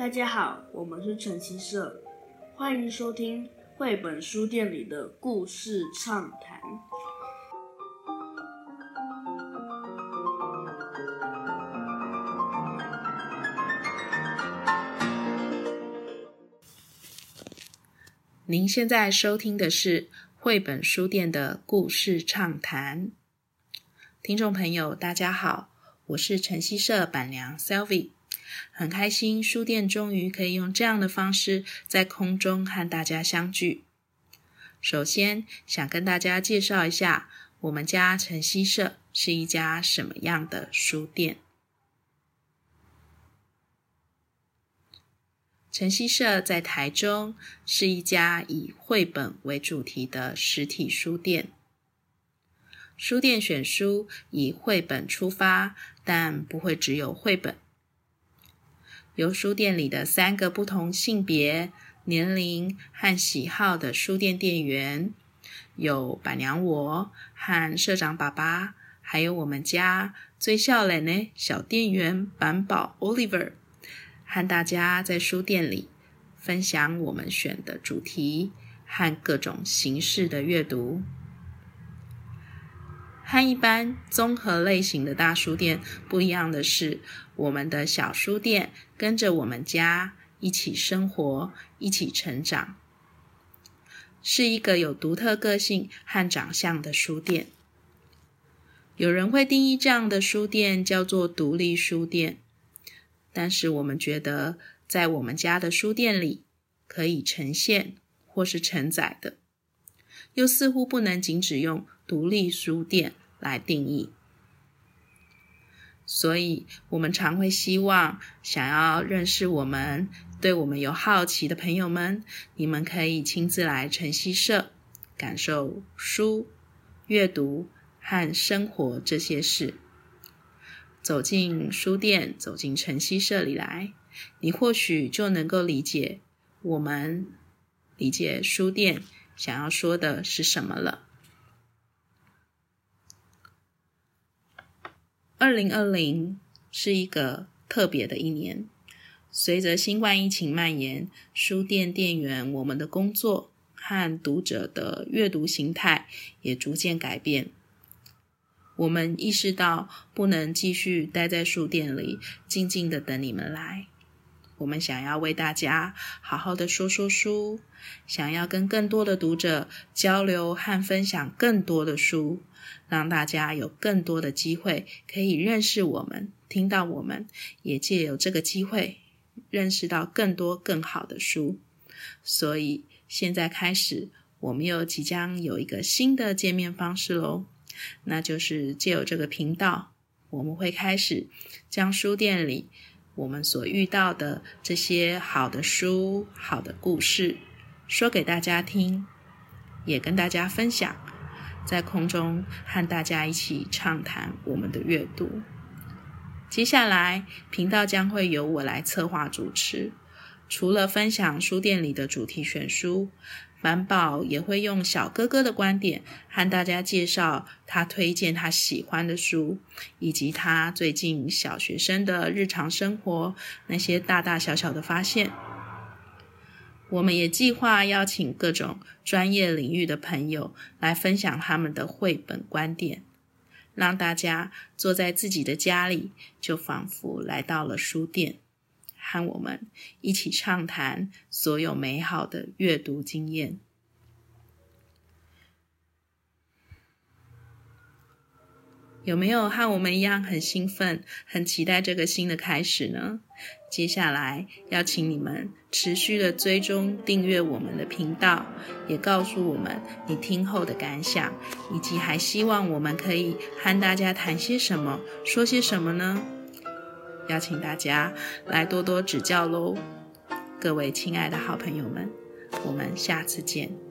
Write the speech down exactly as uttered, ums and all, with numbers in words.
大家好，我们是晨曦社，欢迎收听绘本书店里的故事畅谈。 您现在收听的是绘本书店的故事畅谈。听众朋友大家好，我是晨曦社板娘 Sylvie， 很开心书店终于可以用这样的方式在空中和大家相聚。首先想跟大家介绍一下我们家晨曦社是一家什么样的书店。晨曦社在台中是一家以绘本为主题的实体书店。书店选书以绘本出发，但不会只有绘本。由书店里的三个不同性别、年龄和喜好的书店店员，有板娘我和社长爸爸，还有我们家最少年的小店员板宝 Oliver，和大家在书店里分享我们选的主题和各种形式的阅读。和一般综合类型的大书店不一样的是，我们的小书店跟着我们家一起生活，一起成长，是一个有独特个性和长相的书店。有人会定义这样的书店叫做独立书店，但是我们觉得在我们家的书店里可以呈现或是承载的，又似乎不能仅只用独立书店来定义。所以我们常会希望想要认识我们，对我们有好奇的朋友们，你们可以亲自来晨曦社，感受书、阅读和生活这些事。走进书店，走进晨曦社里来，你或许就能够理解我们理解书店想要说的是什么了。二零二零是一个特别的一年，随着新冠疫情蔓延，书店店员我们的工作和读者的阅读形态也逐渐改变。我们意识到不能继续待在书店里静静的等你们来，我们想要为大家好好的说说书，想要跟更多的读者交流和分享更多的书，让大家有更多的机会可以认识我们，听到我们，也藉由这个机会认识到更多更好的书。所以现在开始，我们又即将有一个新的见面方式咯，那就是藉由这个频道，我们会开始将书店里我们所遇到的这些好的书、好的故事说给大家听，也跟大家分享，在空中和大家一起畅谈我们的阅读。接下来频道将会由我来策划主持，除了分享书店里的主题选书，板宝也会用小哥哥的观点和大家介绍他推荐他喜欢的书，以及他最近小学生的日常生活那些大大小小的发现。我们也计划邀请各种专业领域的朋友来分享他们的绘本观点，让大家坐在自己的家里，就仿佛来到了书店，和我们一起畅谈所有美好的阅读经验。有没有和我们一样很兴奋，很期待这个新的开始呢？接下来要请你们持续的追踪订阅我们的频道，也告诉我们你听后的感想，以及还希望我们可以和大家谈些什么，说些什么呢？邀请大家来多多指教咯。各位亲爱的好朋友们，我们下次见。